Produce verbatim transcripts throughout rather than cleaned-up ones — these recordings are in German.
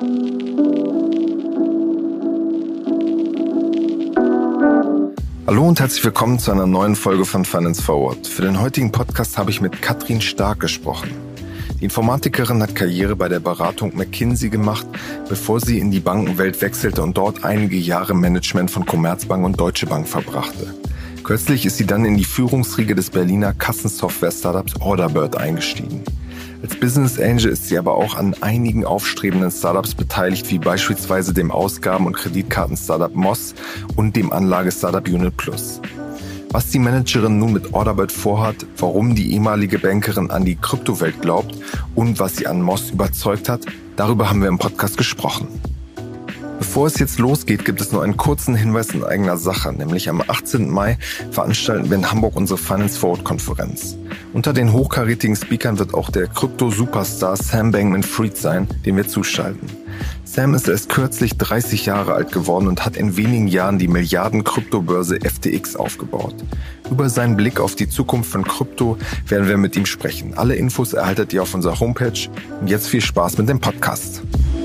Hallo und herzlich willkommen zu einer neuen Folge von Finance Forward. Für den heutigen Podcast habe ich mit Katrin Stark gesprochen. Die Informatikerin hat Karriere bei der Beratung McKinsey gemacht, bevor sie in die Bankenwelt wechselte und dort einige Jahre Management von Commerzbank und Deutsche Bank verbrachte. Kürzlich ist sie dann in die Führungsriege des Berliner Kassensoftware-Startups Orderbird eingestiegen. Als Business Angel ist sie aber auch an einigen aufstrebenden Startups beteiligt, wie beispielsweise dem Ausgaben- und Kreditkarten-Startup Moss und dem Anlage-Startup Unit Plus. Was die Managerin nun mit Orderbird vorhat, warum die ehemalige Bankerin an die Kryptowelt glaubt und was sie an Moss überzeugt hat, darüber haben wir im Podcast gesprochen. Bevor es jetzt losgeht, gibt es nur einen kurzen Hinweis in eigener Sache, nämlich am achtzehnten Mai veranstalten wir in Hamburg unsere Finance Forward Konferenz. Unter den hochkarätigen Speakern wird auch der Krypto-Superstar Sam Bankman-Fried sein, den wir zuschalten. Sam ist erst kürzlich dreißig Jahre alt geworden und hat in wenigen Jahren die Milliarden-Kryptobörse F T X aufgebaut. Über seinen Blick auf die Zukunft von Krypto werden wir mit ihm sprechen. Alle Infos erhaltet ihr auf unserer Homepage. Und jetzt viel Spaß mit dem Podcast.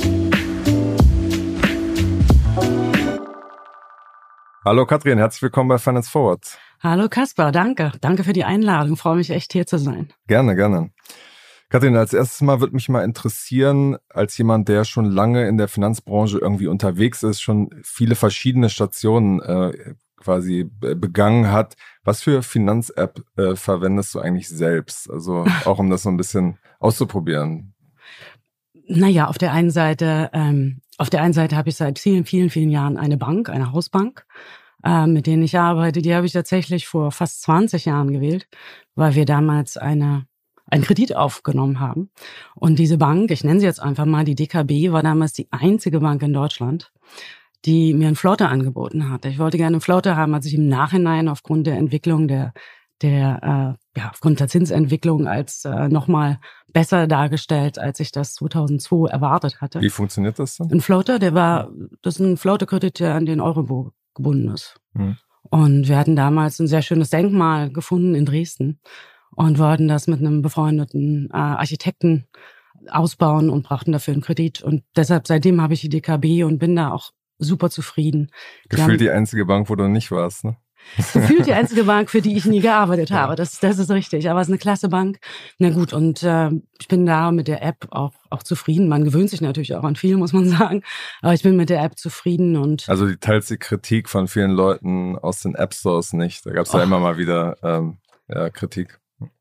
Hallo Katrin, herzlich willkommen bei Finance Forward. Hallo Kaspar, danke. Danke für die Einladung. Ich freue mich echt, hier zu sein. Gerne, gerne. Katrin, als erstes Mal würde mich mal interessieren, als jemand, der schon lange in der Finanzbranche irgendwie unterwegs ist, schon viele verschiedene Stationen äh, quasi begangen hat, was für Finanz-App äh, verwendest du eigentlich selbst? Also auch um das so ein bisschen auszuprobieren. Naja, auf der einen Seite, ähm, auf der einen Seite habe ich seit vielen, vielen, vielen Jahren eine Bank, eine Hausbank, äh, mit denen ich arbeite. Die habe ich tatsächlich vor fast zwanzig Jahren gewählt, weil wir damals eine einen Kredit aufgenommen haben. Und diese Bank, ich nenne sie jetzt einfach mal, die D K B, war damals die einzige Bank in Deutschland, die mir einen Floater angeboten hatte. Ich wollte gerne einen Floater haben, hat sich im Nachhinein aufgrund der Entwicklung der, der äh, ja, aufgrund der Zinsentwicklung als äh, nochmal besser dargestellt, als ich das zweitausendzwei erwartet hatte. Wie funktioniert das denn? Ein Floater, der war, das ist ein Floaterkredit, der an den Euribor gebunden ist. Hm. Und wir hatten damals ein sehr schönes Denkmal gefunden in Dresden und wollten das mit einem befreundeten äh, Architekten ausbauen und brauchten dafür einen Kredit. Und deshalb, seitdem habe ich die D K B und bin da auch super zufrieden. Gefühlt die, die einzige Bank, wo du nicht warst, ne? Gefühlt die einzige Bank, für die ich nie gearbeitet habe. Das, das ist richtig. Aber es ist eine klasse Bank. Na gut, und äh, ich bin da mit der App auch, auch zufrieden. Man gewöhnt sich natürlich auch an viel, muss man sagen. Aber ich bin mit der App zufrieden. Und also die teilst die Kritik von vielen Leuten aus den App Stores nicht. Da gab es ja immer mal wieder ähm, ja, Kritik.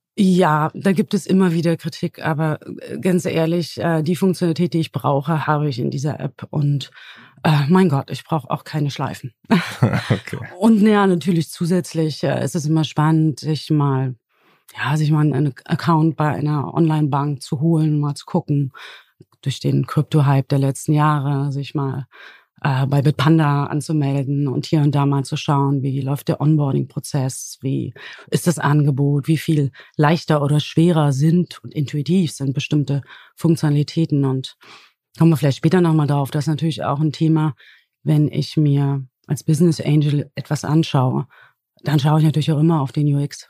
Ja, da gibt es immer wieder Kritik, aber ganz ehrlich, die Funktionalität, die ich brauche, habe ich in dieser App und äh, mein Gott, ich brauche auch keine Schleifen. Okay. Und ja, natürlich zusätzlich äh, ist es immer spannend, sich mal, ja, sich mal einen Account bei einer Online-Bank zu holen, mal zu gucken, durch den Krypto-Hype der letzten Jahre, sich mal äh, bei Bitpanda anzumelden und hier und da mal zu schauen, wie läuft der Onboarding-Prozess, wie ist das Angebot, wie viel leichter oder schwerer sind und intuitiv sind bestimmte Funktionalitäten. Und kommen wir vielleicht später nochmal drauf. Das ist natürlich auch ein Thema, wenn ich mir als Business Angel etwas anschaue, dann schaue ich natürlich auch immer auf den U X.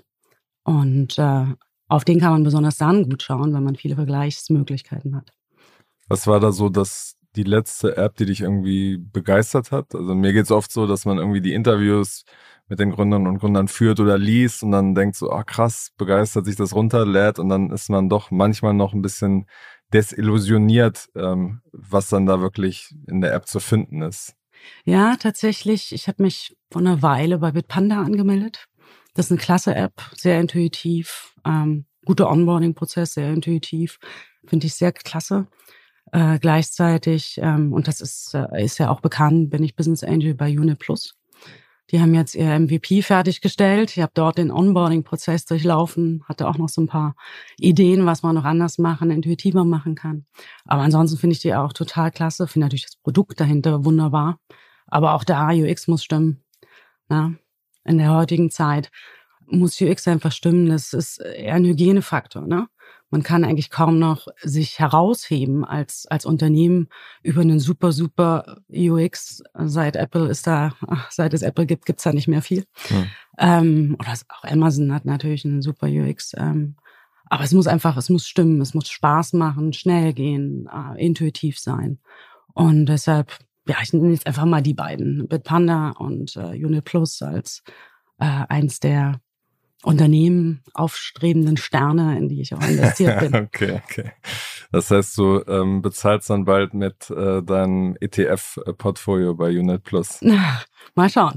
Und äh, auf den kann man besonders dann gut schauen, wenn man viele Vergleichsmöglichkeiten hat. Was war da so das die letzte App, die dich irgendwie begeistert hat? Also mir geht es oft so, dass man irgendwie die Interviews mit den Gründern und Gründern führt oder liest und dann denkt so, ah krass, begeistert, sich das runterlädt und dann ist man doch manchmal noch ein bisschen desillusioniert, ähm, was dann da wirklich in der App zu finden ist. Ja, tatsächlich. Ich habe mich vor einer Weile bei Bitpanda angemeldet. Das ist eine klasse App, sehr intuitiv, ähm, guter Onboarding-Prozess, sehr intuitiv, finde ich sehr klasse. Äh, gleichzeitig, ähm, und das ist, äh, ist ja auch bekannt, bin ich Business Angel bei Unit Plus. Die haben jetzt ihr M V P fertiggestellt. Ich habe dort den Onboarding-Prozess durchlaufen, hatte auch noch so ein paar Ideen, was man noch anders machen, intuitiver machen kann. Aber ansonsten finde ich die auch total klasse. Finde natürlich das Produkt dahinter wunderbar. Aber auch der U X muss stimmen. Ja, in der heutigen Zeit muss U X einfach stimmen. Das ist eher ein Hygienefaktor, ne? Man kann eigentlich kaum noch sich herausheben als als Unternehmen über einen super, super U X. Seit Apple ist da, seit es Apple gibt, gibt's da nicht mehr viel. Hm. Ähm, oder auch Amazon hat natürlich einen super U X. Ähm, aber es muss einfach, es muss stimmen, es muss Spaß machen, schnell gehen, äh, intuitiv sein. Und deshalb, ja, ich nenne jetzt einfach mal die beiden, Bitpanda und äh, Unit Plus als äh, eins der Unternehmen, aufstrebenden Sterne, in die ich auch investiert bin. okay, okay. Das heißt, du ähm, bezahlst dann bald mit äh, deinem E T F-Portfolio bei Unit Plus. Mal schauen.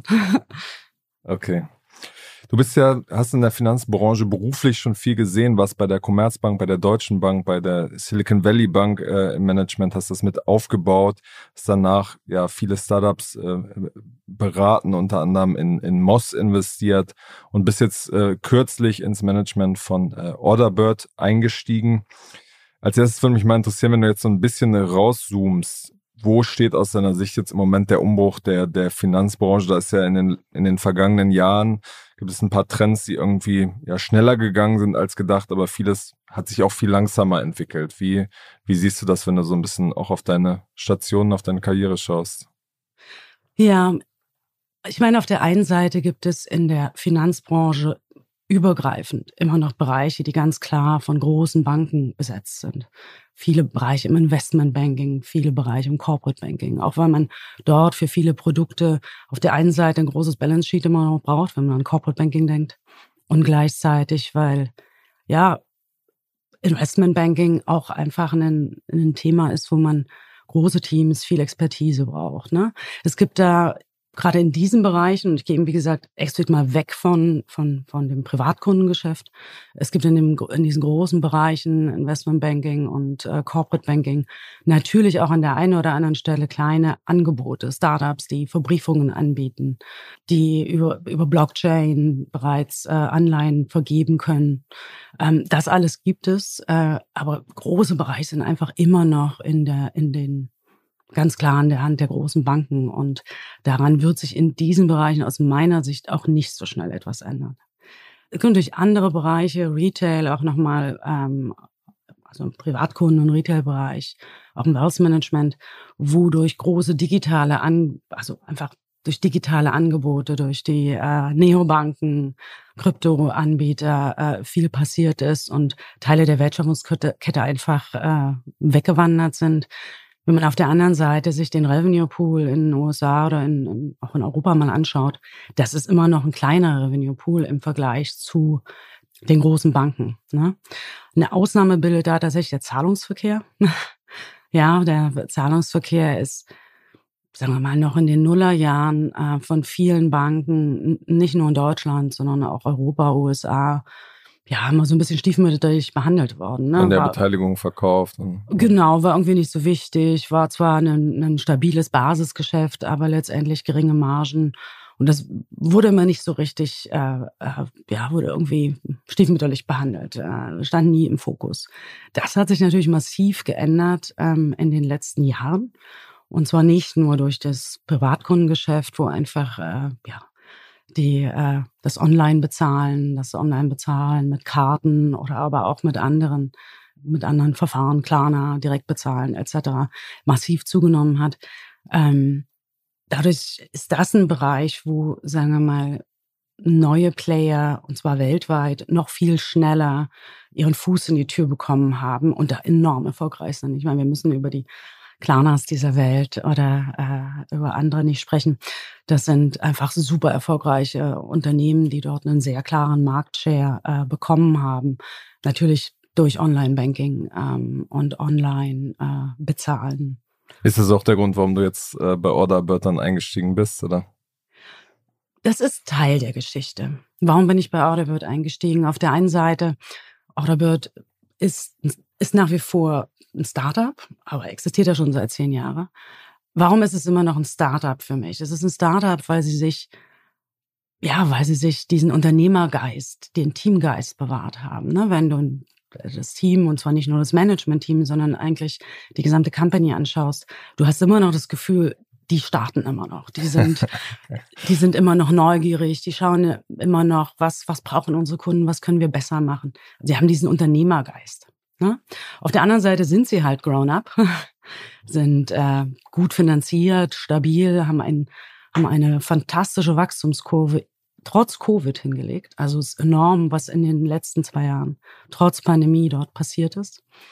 Okay. Du bist ja, hast in der Finanzbranche beruflich schon viel gesehen, warst bei der Commerzbank, bei der Deutschen Bank, bei der Silicon Valley Bank äh, im Management, hast das mit aufgebaut, hast danach ja viele Startups äh, beraten, unter anderem in, in Moss investiert und bist jetzt äh, kürzlich ins Management von äh, Orderbird eingestiegen. Als erstes würde mich mal interessieren, wenn du jetzt so ein bisschen rauszoomst, wo steht aus deiner Sicht jetzt im Moment der Umbruch der, der Finanzbranche? Da ist ja in den, in den vergangenen Jahren, gibt es ein paar Trends, die irgendwie ja schneller gegangen sind als gedacht, aber vieles hat sich auch viel langsamer entwickelt. Wie, wie siehst du das, wenn du so ein bisschen auch auf deine Stationen, auf deine Karriere schaust? Ja, ich meine, auf der einen Seite gibt es in der Finanzbranche übergreifend immer noch Bereiche, die ganz klar von großen Banken besetzt sind. Viele Bereiche im Investmentbanking, viele Bereiche im Corporate Banking, auch weil man dort für viele Produkte auf der einen Seite ein großes Balance Sheet immer noch braucht, wenn man an Corporate Banking denkt, und gleichzeitig, weil ja Investmentbanking auch einfach ein, ein Thema ist, wo man große Teams, viel Expertise braucht. Ne? Es gibt da gerade in diesen Bereichen, und ich gehe, wie gesagt, explizit mal weg von, von, von dem Privatkundengeschäft. Es gibt in, dem, in diesen großen Bereichen Investmentbanking und äh, Corporate Banking natürlich auch an der einen oder anderen Stelle kleine Angebote, Startups, die Verbriefungen anbieten, die über, über Blockchain bereits äh, Anleihen vergeben können. Ähm, das alles gibt es, äh, aber große Bereiche sind einfach immer noch in der, in den ganz klar in der Hand der großen Banken. Und daran wird sich in diesen Bereichen aus meiner Sicht auch nicht so schnell etwas ändern. Es können durch andere Bereiche, Retail auch nochmal, ähm, also im Privatkunden- und Retail-Bereich, auch im Wealth Management, wo durch große digitale, An also einfach durch digitale Angebote, durch die äh, Neobanken, Kryptoanbieter äh, viel passiert ist und Teile der Wertschöpfungskette Kette einfach äh, weggewandert sind. Wenn man auf der anderen Seite sich den Revenue Pool in den U S A oder in, in, auch in Europa mal anschaut, das ist immer noch ein kleiner Revenue Pool im Vergleich zu den großen Banken. Ne? Eine Ausnahme bildet da tatsächlich der Zahlungsverkehr. Ja, der Zahlungsverkehr ist, sagen wir mal, noch in den Nullerjahren äh, von vielen Banken, nicht nur in Deutschland, sondern auch Europa, U S A, ja, immer so ein bisschen stiefmütterlich behandelt worden. Ne? An der war, Beteiligung verkauft. Und, genau, war irgendwie nicht so wichtig, war zwar ein, ein stabiles Basisgeschäft, aber letztendlich geringe Margen. Und das wurde immer nicht so richtig, äh, äh, ja, wurde irgendwie stiefmütterlich behandelt, äh, stand nie im Fokus. Das hat sich natürlich massiv geändert ähm, in den letzten Jahren. Und zwar nicht nur durch das Privatkundengeschäft, wo einfach, äh, ja, die äh, das Online-Bezahlen, das Online-Bezahlen mit Karten oder aber auch mit anderen, mit anderen Verfahren, Klarna, Direktbezahlen et cetera massiv zugenommen hat. Ähm, dadurch ist das ein Bereich, wo, sagen wir mal, neue Player, und zwar weltweit, noch viel schneller ihren Fuß in die Tür bekommen haben und da enorm erfolgreich sind. Ich meine, wir müssen über die Klarnas dieser Welt oder äh, über andere nicht sprechen. Das sind einfach super erfolgreiche Unternehmen, die dort einen sehr klaren Marktshare äh, bekommen haben. Natürlich durch Online-Banking ähm, und Online-Bezahlen. Äh, ist das auch der Grund, warum du jetzt äh, bei Orderbird dann eingestiegen bist, oder? Das ist Teil der Geschichte. Warum bin ich bei Orderbird eingestiegen? Auf der einen Seite, Orderbird ist, ist nach wie vor ein Startup, aber existiert ja schon seit zehn Jahren. Warum ist es immer noch ein Startup für mich? Es ist ein Startup, weil sie sich, ja, weil sie sich diesen Unternehmergeist, den Teamgeist bewahrt haben. Ne? Wenn du das Team, und zwar nicht nur das Management-Team, sondern eigentlich die gesamte Company anschaust, du hast immer noch das Gefühl, die starten immer noch. Die sind, die sind immer noch neugierig. Die schauen immer noch, was, was brauchen unsere Kunden, was können wir besser machen. Sie haben diesen Unternehmergeist. Ne? Auf der anderen Seite sind sie halt grown up, sind äh, gut finanziert, stabil, haben, ein, haben eine fantastische Wachstumskurve trotz Covid hingelegt. Also es ist enorm, was in den letzten zwei Jahren trotz Pandemie dort passiert ist.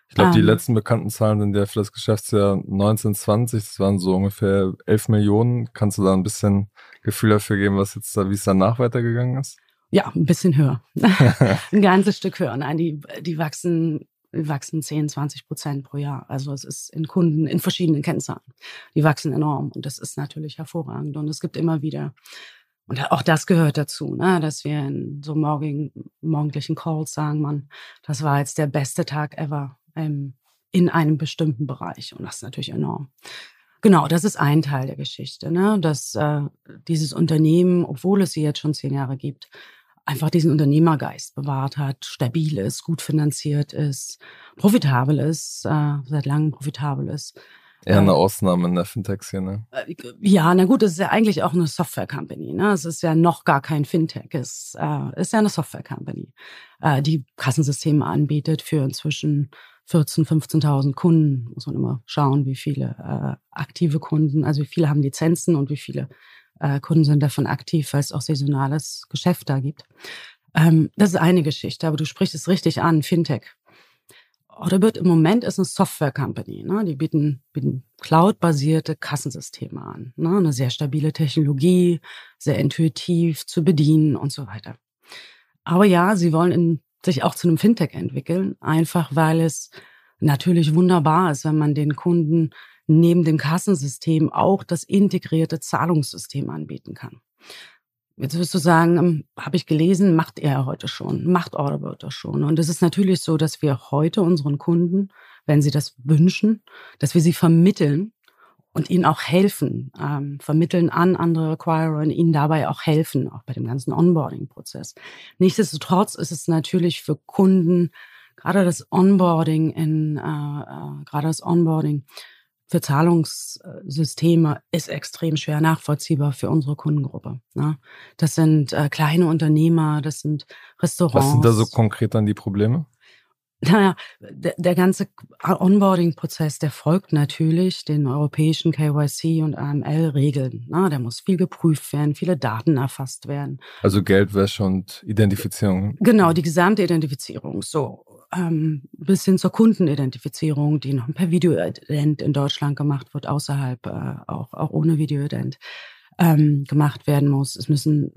Ich glaube, die Ähm, letzten bekannten Zahlen sind ja für das Geschäftsjahr neunzehn zwanzig, das waren so ungefähr elf Millionen. Kannst du da ein bisschen Gefühl dafür geben, was jetzt da, wie es danach weitergegangen ist? Ja, ein bisschen höher. Ein ganzes Stück höher. Nein, die, die wachsen, die wachsen zehn, zwanzig Prozent pro Jahr. Also es ist in Kunden, in verschiedenen Kennzahlen. Die wachsen enorm und das ist natürlich hervorragend. Und es gibt immer wieder, und auch das gehört dazu, ne, dass wir in so morgigen, morgendlichen Calls sagen, man, das war jetzt der beste Tag ever ähm, in einem bestimmten Bereich. Und das ist natürlich enorm. Genau, das ist ein Teil der Geschichte, ne, dass äh, dieses Unternehmen, obwohl es sie jetzt schon zehn Jahre gibt, einfach diesen Unternehmergeist bewahrt hat, stabil ist, gut finanziert ist, profitabel ist, äh, seit langem profitabel ist. Eher eine Äh, Ausnahme in der Fintech-Szene. äh, Ja, na gut, es ist ja eigentlich auch eine Software-Company, ne? Es ist ja noch gar kein Fintech, es äh, ist ja eine Software-Company, äh, die Kassensysteme anbietet für inzwischen vierzehntausend, fünfzehntausend Kunden. Muss man immer schauen, wie viele äh, aktive Kunden, also wie viele haben Lizenzen und wie viele äh, Kunden sind davon aktiv, weil es auch saisonales Geschäft da gibt. Ähm, das ist eine Geschichte, aber du sprichst es richtig an, Fintech. Orderbird im Moment ist eine Software-Company. Ne? Die bieten, bieten Cloud-basierte Kassensysteme an. Ne? Eine sehr stabile Technologie, sehr intuitiv zu bedienen und so weiter. Aber ja, sie wollen in, sich auch zu einem Fintech entwickeln, einfach weil es natürlich wunderbar ist, wenn man den Kunden neben dem Kassensystem auch das integrierte Zahlungssystem anbieten kann. Jetzt wirst du sagen, ähm, habe ich gelesen, macht er heute schon, macht Orderbird das schon. Und es ist natürlich so, dass wir heute unseren Kunden, wenn sie das wünschen, dass wir sie vermitteln und ihnen auch helfen, ähm, vermitteln an andere Acquirer und ihnen dabei auch helfen, auch bei dem ganzen Onboarding-Prozess. Nichtsdestotrotz ist es natürlich für Kunden, gerade das Onboarding in, äh, äh, gerade das Onboarding für Zahlungssysteme ist extrem schwer nachvollziehbar für unsere Kundengruppe. Ne? Das sind äh, kleine Unternehmer, das sind Restaurants. Was sind da so konkret dann die Probleme? Naja, der, der ganze Onboarding-Prozess, der folgt natürlich den europäischen K Y C und A M L-Regeln. Ne? Da muss viel geprüft werden, viele Daten erfasst werden. Also Geldwäsche und Identifizierung. Genau, die gesamte Identifizierung. So, ähm, bis hin zur Kundenidentifizierung, die noch per Videoident in Deutschland gemacht wird, außerhalb äh, auch, auch ohne Videoident ähm, gemacht werden muss. Es müssen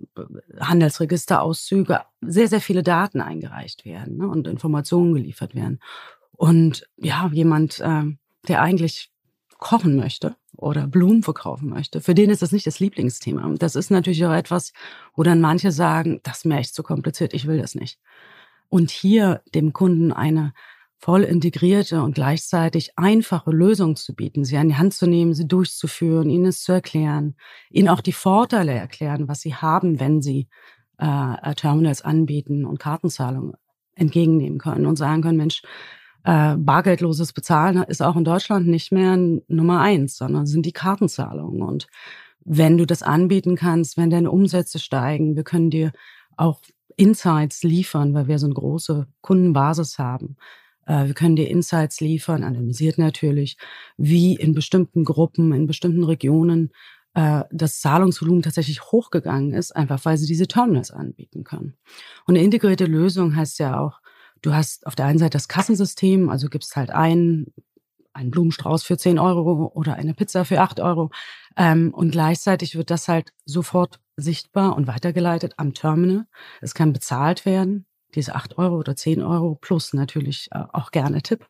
Handelsregisterauszüge, sehr, sehr viele Daten eingereicht werden, ne, und Informationen geliefert werden. Und ja, jemand, äh, der eigentlich kochen möchte oder Blumen verkaufen möchte, für den ist das nicht das Lieblingsthema. Das ist natürlich auch etwas, wo dann manche sagen, das ist mir echt zu kompliziert, ich will das nicht. Und hier dem Kunden eine voll integrierte und gleichzeitig einfache Lösung zu bieten, sie an die Hand zu nehmen, sie durchzuführen, ihnen es zu erklären, ihnen auch die Vorteile erklären, was sie haben, wenn sie äh, Terminals anbieten und Kartenzahlungen entgegennehmen können und sagen können, Mensch, äh, bargeldloses Bezahlen ist auch in Deutschland nicht mehr Nummer eins, sondern sind die Kartenzahlungen. Und wenn du das anbieten kannst, wenn deine Umsätze steigen, wir können dir auch Insights liefern, weil wir so eine große Kundenbasis haben. Äh, wir können dir Insights liefern, analysiert natürlich, wie in bestimmten Gruppen, in bestimmten Regionen äh, das Zahlungsvolumen tatsächlich hochgegangen ist, einfach weil sie diese Terminals anbieten können. Und eine integrierte Lösung heißt ja auch, du hast auf der einen Seite das Kassensystem, also gibst halt einen, einen Blumenstrauß für zehn Euro oder eine Pizza für acht Euro. Ähm, und gleichzeitig wird das halt sofort sichtbar und weitergeleitet am Terminal. Es kann bezahlt werden, diese acht Euro oder zehn Euro plus natürlich äh, auch gerne Tipp.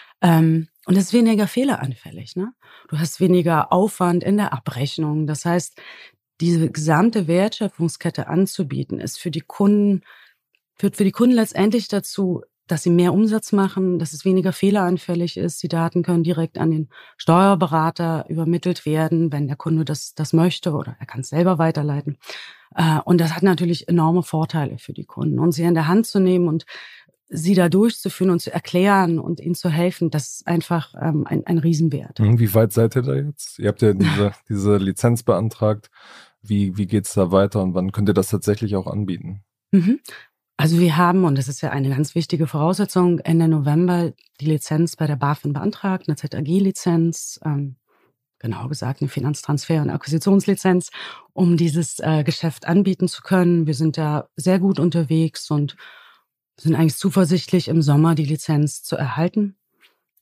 Ähm, und es ist weniger fehleranfällig. Ne? Du hast weniger Aufwand in der Abrechnung. Das heißt, diese gesamte Wertschöpfungskette anzubieten, ist für die Kunden, führt für die Kunden letztendlich dazu, dass sie mehr Umsatz machen, dass es weniger fehleranfällig ist. Die Daten können direkt an den Steuerberater übermittelt werden, wenn der Kunde das, das möchte, oder er kann es selber weiterleiten. Und das hat natürlich enorme Vorteile für die Kunden. Und sie in der Hand zu nehmen und sie da durchzuführen und zu erklären und ihnen zu helfen, das ist einfach ähm, ein, ein Riesenwert. Wie weit seid ihr da jetzt? Ihr habt ja diese, diese Lizenz beantragt. Wie, wie geht's da weiter und wann könnt ihr das tatsächlich auch anbieten? Mhm. Also wir haben, und das ist ja eine ganz wichtige Voraussetzung, Ende November die Lizenz bei der BaFin beantragt, eine Z A G-Lizenz, ähm, genau gesagt eine Finanztransfer- und Akquisitionslizenz, um dieses äh, Geschäft anbieten zu können. Wir sind da sehr gut unterwegs und sind eigentlich zuversichtlich, im Sommer die Lizenz zu erhalten.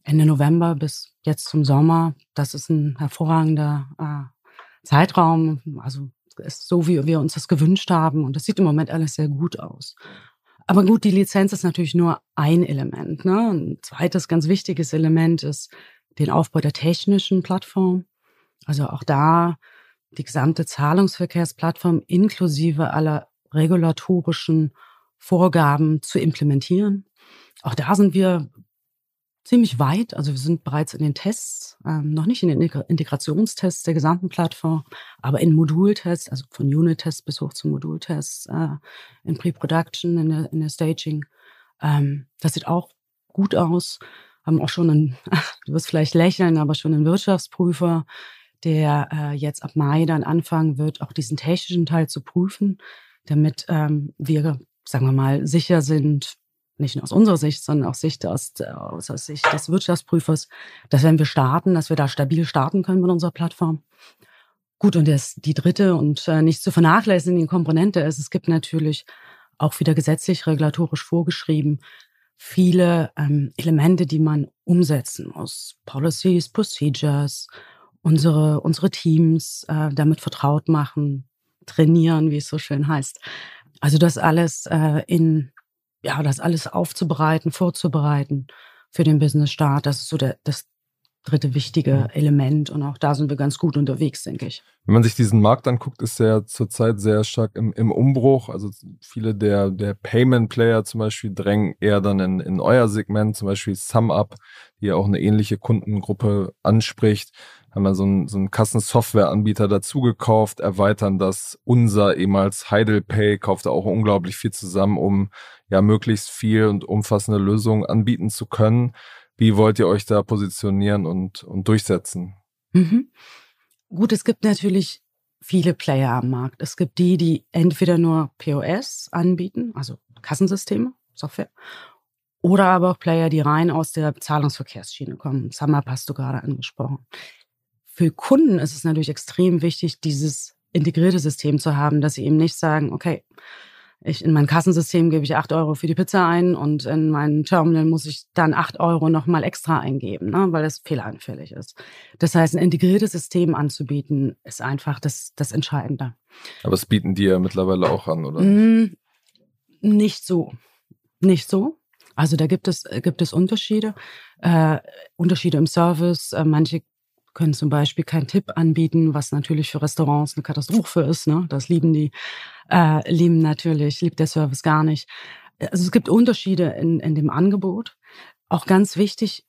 Ende November bis jetzt zum Sommer. Das ist ein hervorragender äh, Zeitraum. Also ist so, wie wir uns das gewünscht haben. Und das sieht im Moment alles sehr gut aus. Aber gut, die Lizenz ist natürlich nur ein Element. Ne? Ein zweites ganz wichtiges Element ist den Aufbau der technischen Plattform. Also auch da die gesamte Zahlungsverkehrsplattform inklusive aller regulatorischen Vorgaben zu implementieren. Auch da sind wir ziemlich weit. Also wir sind bereits in den Tests, ähm, noch nicht in den Integrationstests der gesamten Plattform, aber in Modultests, also von Unit-Tests bis hoch zu Modultests, äh, in Pre-Production, in der, in der Staging. Ähm, das sieht auch gut aus. Haben auch schon einen, du wirst vielleicht lächeln, aber schon einen Wirtschaftsprüfer, der äh, jetzt ab Mai dann anfangen wird, auch diesen technischen Teil zu prüfen, damit ähm, wir, sagen wir mal, sicher sind, nicht nur aus unserer Sicht, sondern auch Sicht aus, aus der Sicht des Wirtschaftsprüfers, dass wenn wir starten, dass wir da stabil starten können mit unserer Plattform. Gut, und das, die dritte und äh, nicht zu vernachlässigende Komponente ist, es gibt natürlich auch wieder gesetzlich, regulatorisch vorgeschrieben, viele ähm, Elemente, die man umsetzen muss. Policies, Procedures, unsere, unsere Teams äh, damit vertraut machen, trainieren, wie es so schön heißt. Also das alles äh, in ja, das alles aufzubereiten, vorzubereiten für den Business-Start, das ist so der, das dritte wichtige Element. Und auch da sind wir ganz gut unterwegs, denke ich. Wenn man sich diesen Markt anguckt, ist der zurzeit sehr stark im, im Umbruch. Also viele der, der Payment-Player zum Beispiel drängen eher dann in, in euer Segment, zum Beispiel SumUp, die ja auch eine ähnliche Kundengruppe anspricht. Haben wir so einen, so einen Kassensoftware-Anbieter dazugekauft, erweitern das. Unser ehemals Heidelpay kauft da auch unglaublich viel zusammen, um ja möglichst viel und umfassende Lösungen anbieten zu können. Wie wollt ihr euch da positionieren und, und durchsetzen? Mhm. Gut, es gibt natürlich viele Player am Markt. Es gibt die, die entweder nur P O S anbieten, also Kassensysteme, Software, oder aber auch Player, die rein aus der Zahlungsverkehrsschiene kommen. SumUp hast du gerade angesprochen. Für Kunden ist es natürlich extrem wichtig, dieses integrierte System zu haben, dass sie eben nicht sagen, okay, ich, in mein Kassensystem gebe ich acht Euro für die Pizza ein und in mein Terminal muss ich dann acht Euro nochmal extra eingeben, ne, weil das fehleranfällig ist. Das heißt, ein integriertes System anzubieten, ist einfach das, das Entscheidende. Aber das bieten die ja mittlerweile auch an, oder? Mm, nicht so. Nicht so. Also da gibt es, gibt es Unterschiede. Äh, Unterschiede im Service. Äh, manche können zum Beispiel keinen Tipp anbieten, was natürlich für Restaurants eine Katastrophe ist. Ne? Das lieben die, äh, lieben natürlich, liebt der Service gar nicht. Also es gibt Unterschiede in, in dem Angebot. Auch ganz wichtig,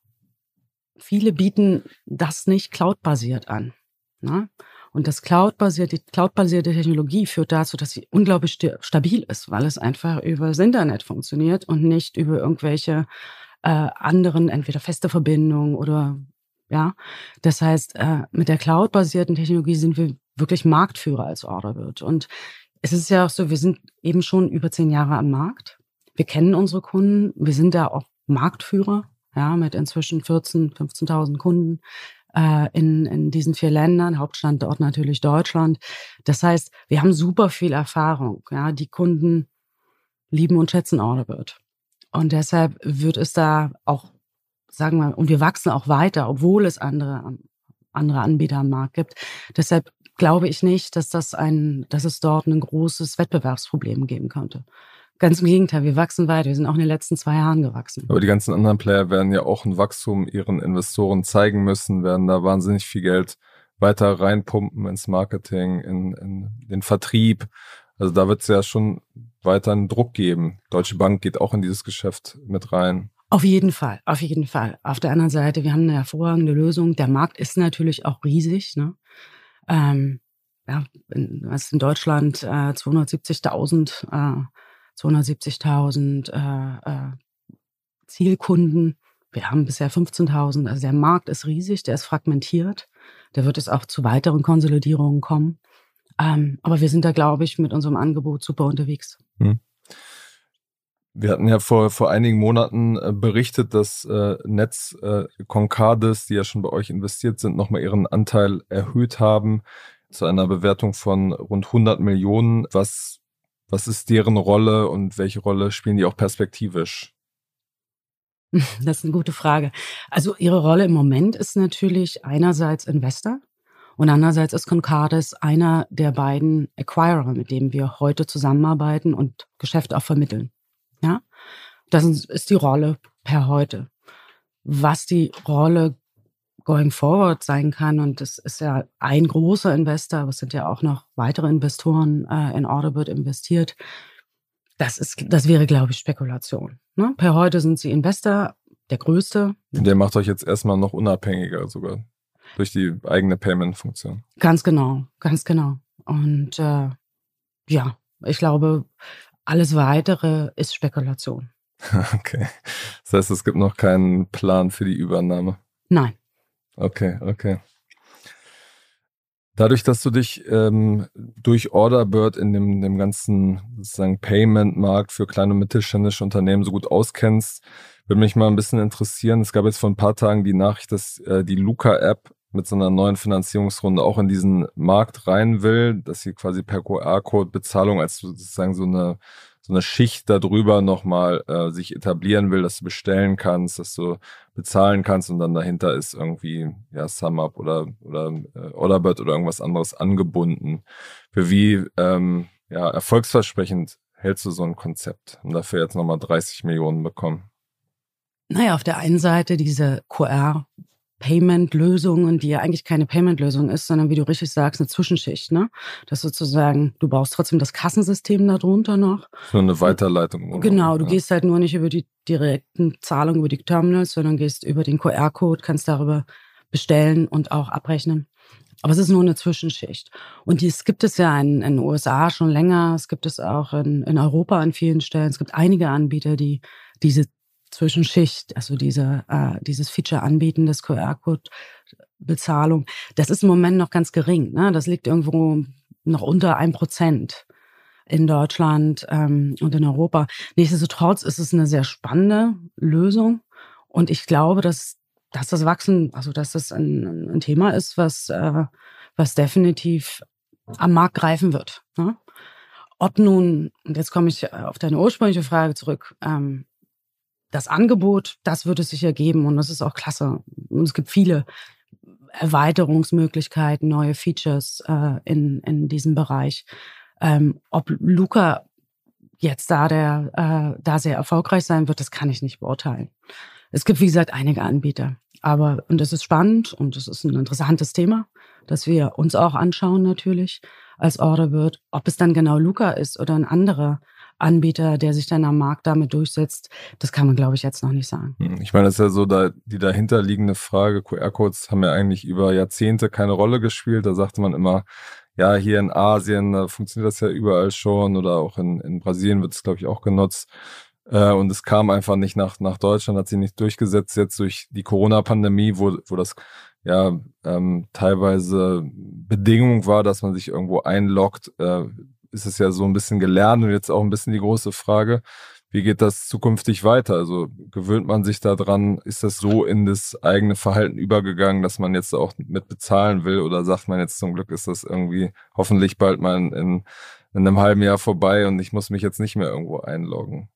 viele bieten das nicht cloud-basiert an. Ne? Und das Cloud-basierte, die cloud-basierte Technologie führt dazu, dass sie unglaublich stabil ist, weil es einfach über das Internet funktioniert und nicht über irgendwelche äh, anderen, entweder feste Verbindungen oder ja, das heißt, äh, mit der Cloud-basierten Technologie sind wir wirklich Marktführer als Orderwirt. Und es ist ja auch so, wir sind eben schon über zehn Jahre am Markt. Wir kennen unsere Kunden. Wir sind da auch Marktführer, ja, mit inzwischen vierzehntausend, fünfzehntausend Kunden äh, in, in diesen vier Ländern. Hauptstandort natürlich Deutschland. Das heißt, wir haben super viel Erfahrung. Ja, die Kunden lieben und schätzen Orderwirt. Und deshalb wird es da auch sagen wir, und wir wachsen auch weiter, obwohl es andere, andere Anbieter am Markt gibt. Deshalb glaube ich nicht, dass das ein, dass es dort ein großes Wettbewerbsproblem geben könnte. Ganz im Gegenteil, wir wachsen weiter. Wir sind auch in den letzten zwei Jahren gewachsen. Aber die ganzen anderen Player werden ja auch ein Wachstum ihren Investoren zeigen müssen, werden da wahnsinnig viel Geld weiter reinpumpen ins Marketing, in, in den Vertrieb. Also da wird es ja schon weiter einen Druck geben. Deutsche Bank geht auch in dieses Geschäft mit rein. Auf jeden Fall, auf jeden Fall. Auf der anderen Seite, wir haben eine hervorragende Lösung. Der Markt ist natürlich auch riesig. Ne? Ähm, ja, in, was in Deutschland äh, zweihundertsiebzigtausend, äh, zweihundertsiebzigtausend äh, äh, Zielkunden. Wir haben bisher fünfzehntausend. Also der Markt ist riesig, der ist fragmentiert. Da wird es auch zu weiteren Konsolidierungen kommen. Ähm, aber wir sind da, glaube ich, mit unserem Angebot super unterwegs. Hm. Wir hatten ja vor, vor einigen Monaten äh, berichtet, dass äh, Netz äh, Concardis, die ja schon bei euch investiert sind, nochmal ihren Anteil erhöht haben zu einer Bewertung von rund hundert Millionen. Was, was ist deren Rolle und welche Rolle spielen die auch perspektivisch? Das ist eine gute Frage. Also ihre Rolle im Moment ist natürlich einerseits Investor und andererseits ist Concardis einer der beiden Acquirer, mit denen wir heute zusammenarbeiten und Geschäft auch vermitteln. Ja, das ist die Rolle per heute. Was die Rolle going forward sein kann, und das ist ja ein großer Investor, aber es sind ja auch noch weitere Investoren äh, in Orderbird investiert. Das ist, das wäre, glaube ich, Spekulation. Ne? Per heute sind sie Investor, der größte. Der macht euch jetzt erstmal noch unabhängiger sogar durch die eigene Payment-Funktion. Ganz genau, ganz genau. Und äh, ja, ich glaube, alles Weitere ist Spekulation. Okay. Das heißt, es gibt noch keinen Plan für die Übernahme? Nein. Okay, okay. Dadurch, dass du dich ähm, durch Orderbird in dem, dem ganzen sozusagen Payment-Markt für kleine und mittelständische Unternehmen so gut auskennst, würde mich mal ein bisschen interessieren. Es gab jetzt vor ein paar Tagen die Nachricht, dass äh, die Luca-App mit so einer neuen Finanzierungsrunde auch in diesen Markt rein will, dass sie quasi per Q R-Code Bezahlung als sozusagen so eine so eine Schicht darüber nochmal äh, sich etablieren will, dass du bestellen kannst, dass du bezahlen kannst und dann dahinter ist irgendwie ja SumUp oder oder äh, Orderbird oder irgendwas anderes angebunden. Für wie ähm, ja erfolgsversprechend hältst du so ein Konzept und dafür jetzt nochmal dreißig Millionen bekommen? Naja, auf der einen Seite diese Q R Payment-Lösung, die ja eigentlich keine Payment-Lösung ist, sondern wie du richtig sagst, eine Zwischenschicht, ne? Das sozusagen, du brauchst trotzdem das Kassensystem darunter noch. So eine Weiterleitung. Oder? Genau, du ja. gehst halt nur nicht über die direkten Zahlungen über die Terminals, sondern gehst über den Q R-Code, kannst darüber bestellen und auch abrechnen. Aber es ist nur eine Zwischenschicht. Und dies gibt es ja in den U S A schon länger, es gibt es auch in, in Europa an vielen Stellen. Es gibt einige Anbieter, die diese Zwischenschicht, also diese, äh, dieses Feature anbieten, das Q R-Code-Bezahlung, das ist im Moment noch ganz gering. Ne? Das liegt irgendwo noch unter ein Prozent in Deutschland ähm, und in Europa. Nichtsdestotrotz ist es eine sehr spannende Lösung und ich glaube, dass, dass das Wachsen, also dass das ein, ein Thema ist, was, äh, was definitiv am Markt greifen wird. Ne? Ob nun, und jetzt komme ich auf deine ursprüngliche Frage zurück, ähm, das Angebot, das wird es sicher geben und das ist auch klasse. Und es gibt viele Erweiterungsmöglichkeiten, neue Features äh, in, in diesem Bereich. Ähm, ob Luca jetzt da, der, äh, da sehr erfolgreich sein wird, das kann ich nicht beurteilen. Es gibt, wie gesagt, einige Anbieter. Aber, und das ist spannend und das ist ein interessantes Thema, das wir uns auch anschauen natürlich als Orderbird. Ob es dann genau Luca ist oder ein anderer Anbieter, der sich dann am Markt damit durchsetzt, das kann man, glaube ich, jetzt noch nicht sagen. Ich meine, das ist ja so, da, die dahinterliegende Frage, Q R-Codes haben ja eigentlich über Jahrzehnte keine Rolle gespielt. Da sagte man immer, ja, hier in Asien, da funktioniert das ja überall schon oder auch in, in Brasilien wird es, glaube ich, auch genutzt. Äh, und es kam einfach nicht nach, nach Deutschland, hat sich nicht durchgesetzt. Jetzt durch die Corona-Pandemie, wo, wo das ja ähm, teilweise Bedingung war, dass man sich irgendwo einloggt, äh, ist es ja so ein bisschen gelernt und jetzt auch ein bisschen die große Frage, wie geht das zukünftig weiter? Also gewöhnt man sich da dran, ist das so in das eigene Verhalten übergegangen, dass man jetzt auch mit bezahlen will oder sagt man jetzt zum Glück ist das irgendwie hoffentlich bald mal in, in, in einem halben Jahr vorbei und ich muss mich jetzt nicht mehr irgendwo einloggen?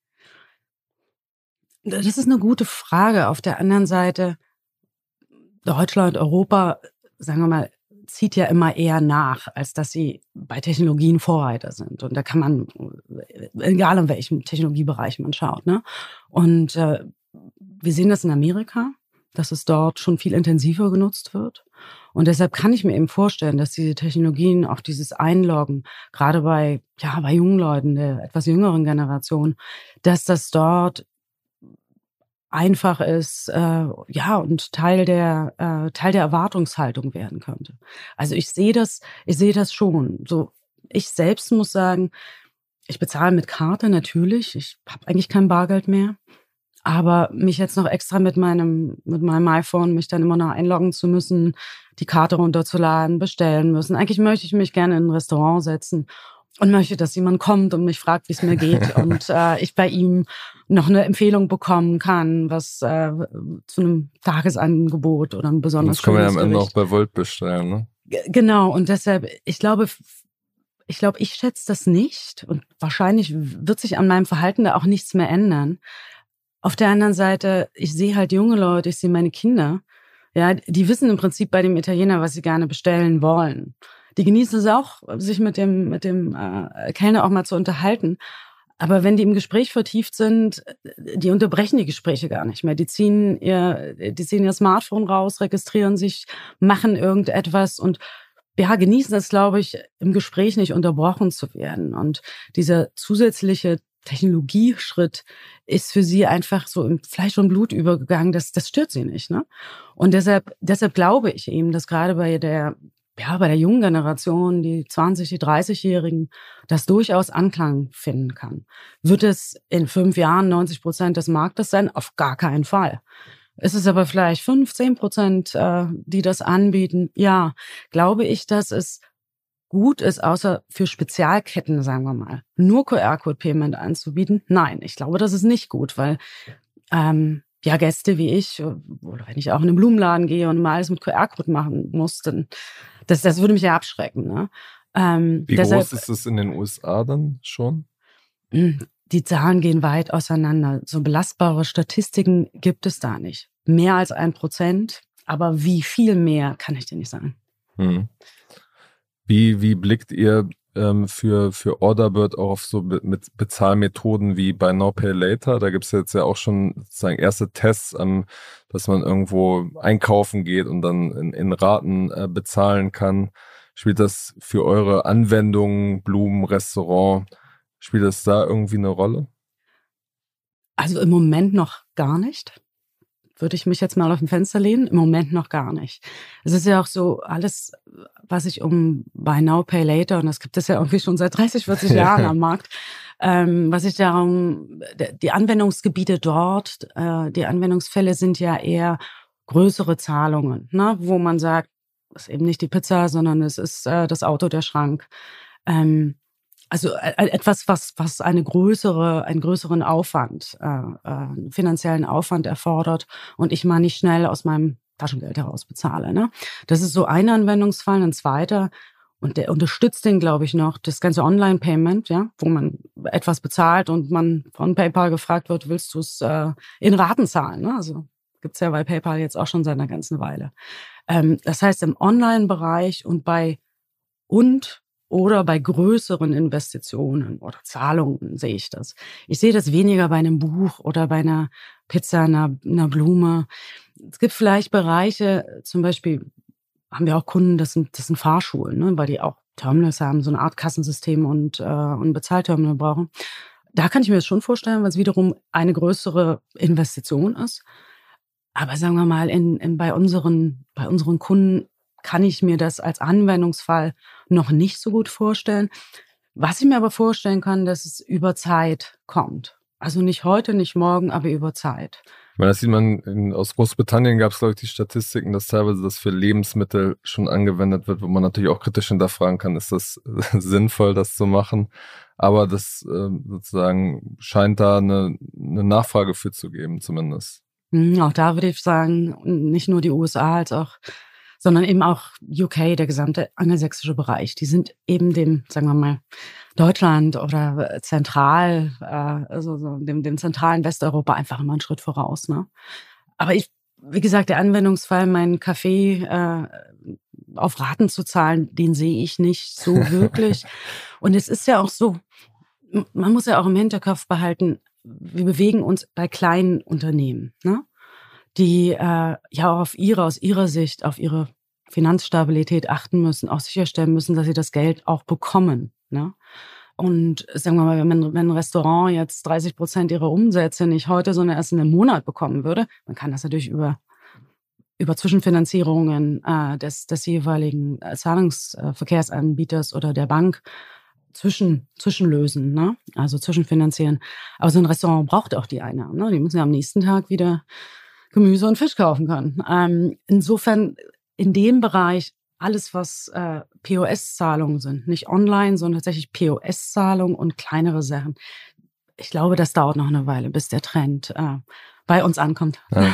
Das ist eine gute Frage. Auf der anderen Seite, Deutschland, Europa, sagen wir mal, zieht ja immer eher nach, als dass sie bei Technologien Vorreiter sind. Und da kann man, egal in welchem Technologiebereich man schaut, ne? Und äh, wir sehen das in Amerika, dass es dort schon viel intensiver genutzt wird. Und deshalb kann ich mir eben vorstellen, dass diese Technologien, auch dieses Einloggen, gerade bei, ja, bei jungen Leuten, der etwas jüngeren Generation, dass das dort einfach ist, äh, ja, und Teil der äh, Teil der Erwartungshaltung werden könnte. Also ich sehe das, ich sehe das schon. So, ich selbst muss sagen, ich bezahle mit Karte natürlich. Ich habe eigentlich kein Bargeld mehr, aber mich jetzt noch extra mit meinem mit meinem iPhone mich dann immer noch einloggen zu müssen, die Karte runterzuladen, bestellen müssen. Eigentlich möchte ich mich gerne in ein Restaurant setzen und möchte, dass jemand kommt und mich fragt, wie es mir geht und äh, ich bei ihm noch eine Empfehlung bekommen kann, was äh, zu einem Tagesangebot oder ein besonders das kann man ja schönes am Ende Gericht. auch bei Volt bestellen, ne? G- Genau, und deshalb, ich glaube, ich glaube, ich schätze das nicht und wahrscheinlich wird sich an meinem Verhalten da auch nichts mehr ändern. Auf der anderen Seite, ich sehe halt junge Leute, ich sehe meine Kinder, ja, die wissen im Prinzip bei dem Italiener, was sie gerne bestellen wollen. Die genießen es auch, sich mit dem, mit dem äh, Kellner auch mal zu unterhalten. Aber wenn die im Gespräch vertieft sind, die unterbrechen die Gespräche gar nicht mehr. Die ziehen ihr, die ziehen ihr Smartphone raus, registrieren sich, machen irgendetwas und ja, genießen es, glaube ich, im Gespräch nicht unterbrochen zu werden. Und dieser zusätzliche Technologieschritt ist für sie einfach so im Fleisch und Blut übergegangen. Das, das stört sie nicht, ne? Und deshalb, deshalb glaube ich eben, dass gerade bei der ja, bei der jungen Generation, die zwanzig-, die dreißigjährigen, das durchaus Anklang finden kann. Wird es in fünf Jahren neunzig Prozent des Marktes sein? Auf gar keinen Fall. Ist es aber vielleicht fünf, zehn Prozent, äh, die das anbieten? Ja, glaube ich, dass es gut ist, außer für Spezialketten, sagen wir mal, nur Q R-Code-Payment anzubieten? Nein, ich glaube, das ist nicht gut, weil ähm, ja, Gäste wie ich, oder wenn ich auch in einen Blumenladen gehe und mal alles mit Q R-Code machen muss, dann das, das würde mich ja abschrecken. Ne? Ähm, Wie deshalb, groß ist es in den U S A dann schon? Die Zahlen gehen weit auseinander. So belastbare Statistiken gibt es da nicht. Mehr als ein Prozent, aber wie viel mehr, kann ich dir nicht sagen. Hm. Wie, wie blickt ihr ähm, für, für Orderbird auch auf so be- mit Bezahlmethoden wie Buy Now Pay Later? Da gibt es jetzt ja auch schon sozusagen erste Tests, ähm, dass man irgendwo einkaufen geht und dann in, in Raten äh, bezahlen kann. Spielt das für eure Anwendungen, Blumen, Restaurant, spielt das da irgendwie eine Rolle? Also im Moment noch gar nicht. Würde ich mich jetzt mal auf dem Fenster lehnen? Im Moment noch gar nicht. Es ist ja auch so, alles, was sich um Buy Now, Pay Later, und das gibt es ja irgendwie schon seit dreißig, vierzig Jahren am Markt, ähm, was sich darum, die Anwendungsgebiete dort, äh, die Anwendungsfälle sind ja eher größere Zahlungen, ne, wo man sagt, es ist eben nicht die Pizza, sondern es ist äh, das Auto, der Schrank. Ähm, Also etwas, was was eine größere, einen größeren Aufwand, äh, äh, finanziellen Aufwand erfordert und ich mal nicht schnell aus meinem Taschengeld heraus bezahle. Ne? Das ist so ein Anwendungsfall. Ein zweiter, und der unterstützt den, glaube ich, noch, das ganze Online-Payment, ja, wo man etwas bezahlt und man von PayPal gefragt wird, willst du es äh, in Raten zahlen? Ne? Also gibt's ja bei PayPal jetzt auch schon seit einer ganzen Weile. Ähm, das heißt, im Online-Bereich und bei und oder bei größeren Investitionen oder Zahlungen sehe ich das. Ich sehe das weniger bei einem Buch oder bei einer Pizza, einer, einer Blume. Es gibt vielleicht Bereiche, zum Beispiel haben wir auch Kunden, das sind, das sind Fahrschulen, ne, weil die auch Terminals haben, so eine Art Kassensystem und, äh, und Bezahlterminal brauchen. Da kann ich mir das schon vorstellen, weil es wiederum eine größere Investition ist. Aber sagen wir mal, in, in, bei unseren, bei unseren Kunden kann ich mir das als Anwendungsfall noch nicht so gut vorstellen. Was ich mir aber vorstellen kann, dass es über Zeit kommt. Also nicht heute, nicht morgen, aber über Zeit. Ich meine, das sieht man, in, aus Großbritannien gab es, glaube ich, die Statistiken, dass teilweise das für Lebensmittel schon angewendet wird, wo man natürlich auch kritisch hinterfragen kann, ist das sinnvoll, das zu machen? Aber das äh, sozusagen scheint da eine, eine Nachfrage für zu geben, zumindest. Hm, auch da würde ich sagen, nicht nur die U S A, als auch sondern eben auch U K, der gesamte angelsächsische Bereich. Die sind eben dem, sagen wir mal, Deutschland oder zentral, äh, also so dem, dem zentralen Westeuropa einfach immer einen Schritt voraus. Ne? Aber ich, wie gesagt, der Anwendungsfall, meinen Kaffee äh, auf Raten zu zahlen, den sehe ich nicht so wirklich. Und es ist ja auch so, man muss ja auch im Hinterkopf behalten, wir bewegen uns bei kleinen Unternehmen, ne? Die äh, ja auch auf ihre, aus ihrer Sicht, auf ihre Finanzstabilität achten müssen, auch sicherstellen müssen, dass sie das Geld auch bekommen. Ne? Und sagen wir mal, wenn, wenn ein Restaurant jetzt dreißig Prozent ihrer Umsätze nicht heute, sondern erst in einem Monat bekommen würde, dann kann das natürlich über, über Zwischenfinanzierungen äh, des, des jeweiligen Zahlungsverkehrsanbieters oder der Bank zwischen, zwischenlösen, ne? Also zwischenfinanzieren. Aber so ein Restaurant braucht auch die Einnahmen. Ne? Die müssen ja am nächsten Tag wieder Gemüse und Fisch kaufen können. Ähm, insofern in dem Bereich alles, was äh, P O S-Zahlungen sind, nicht online, sondern tatsächlich P O S-Zahlungen und kleinere Sachen. Ich glaube, das dauert noch eine Weile, bis der Trend äh, bei uns ankommt. Ja.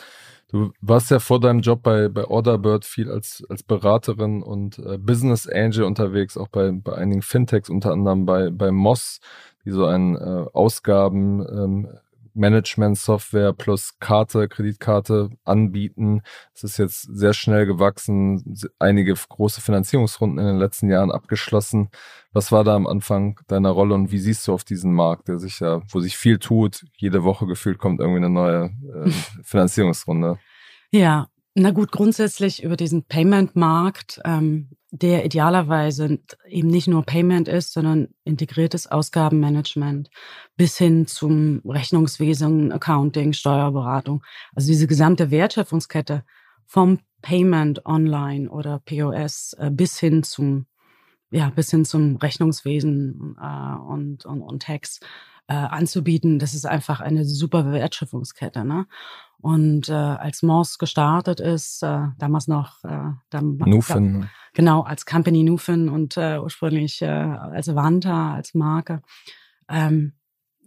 Du warst ja vor deinem Job bei, bei Orderbird viel als, als Beraterin und äh, Business Angel unterwegs, auch bei, bei einigen Fintechs, unter anderem bei, bei Moss, die so einen äh, Ausgaben ähm, Management-Software plus Karte, Kreditkarte anbieten. Es ist jetzt sehr schnell gewachsen, einige große Finanzierungsrunden in den letzten Jahren abgeschlossen. Was war da am Anfang deiner Rolle und wie siehst du auf diesen Markt, der sich ja, wo sich viel tut, jede Woche gefühlt kommt irgendwie eine neue äh, Finanzierungsrunde? Ja, na gut, grundsätzlich über diesen Payment-Markt, ähm, der idealerweise eben nicht nur Payment ist, sondern integriertes Ausgabenmanagement bis hin zum Rechnungswesen, Accounting, Steuerberatung. Also diese gesamte Wertschöpfungskette vom Payment online oder P O S äh, bis hin zum ja bis hin zum Rechnungswesen äh, und, und, und Tax äh, anzubieten. Das ist einfach eine super Wertschöpfungskette, ne? Und äh, als Moss gestartet ist, äh, damals noch äh, dann, Nufin. Da, genau, als Company Nufin und äh, ursprünglich äh, als Avanta, als Marke. Ähm,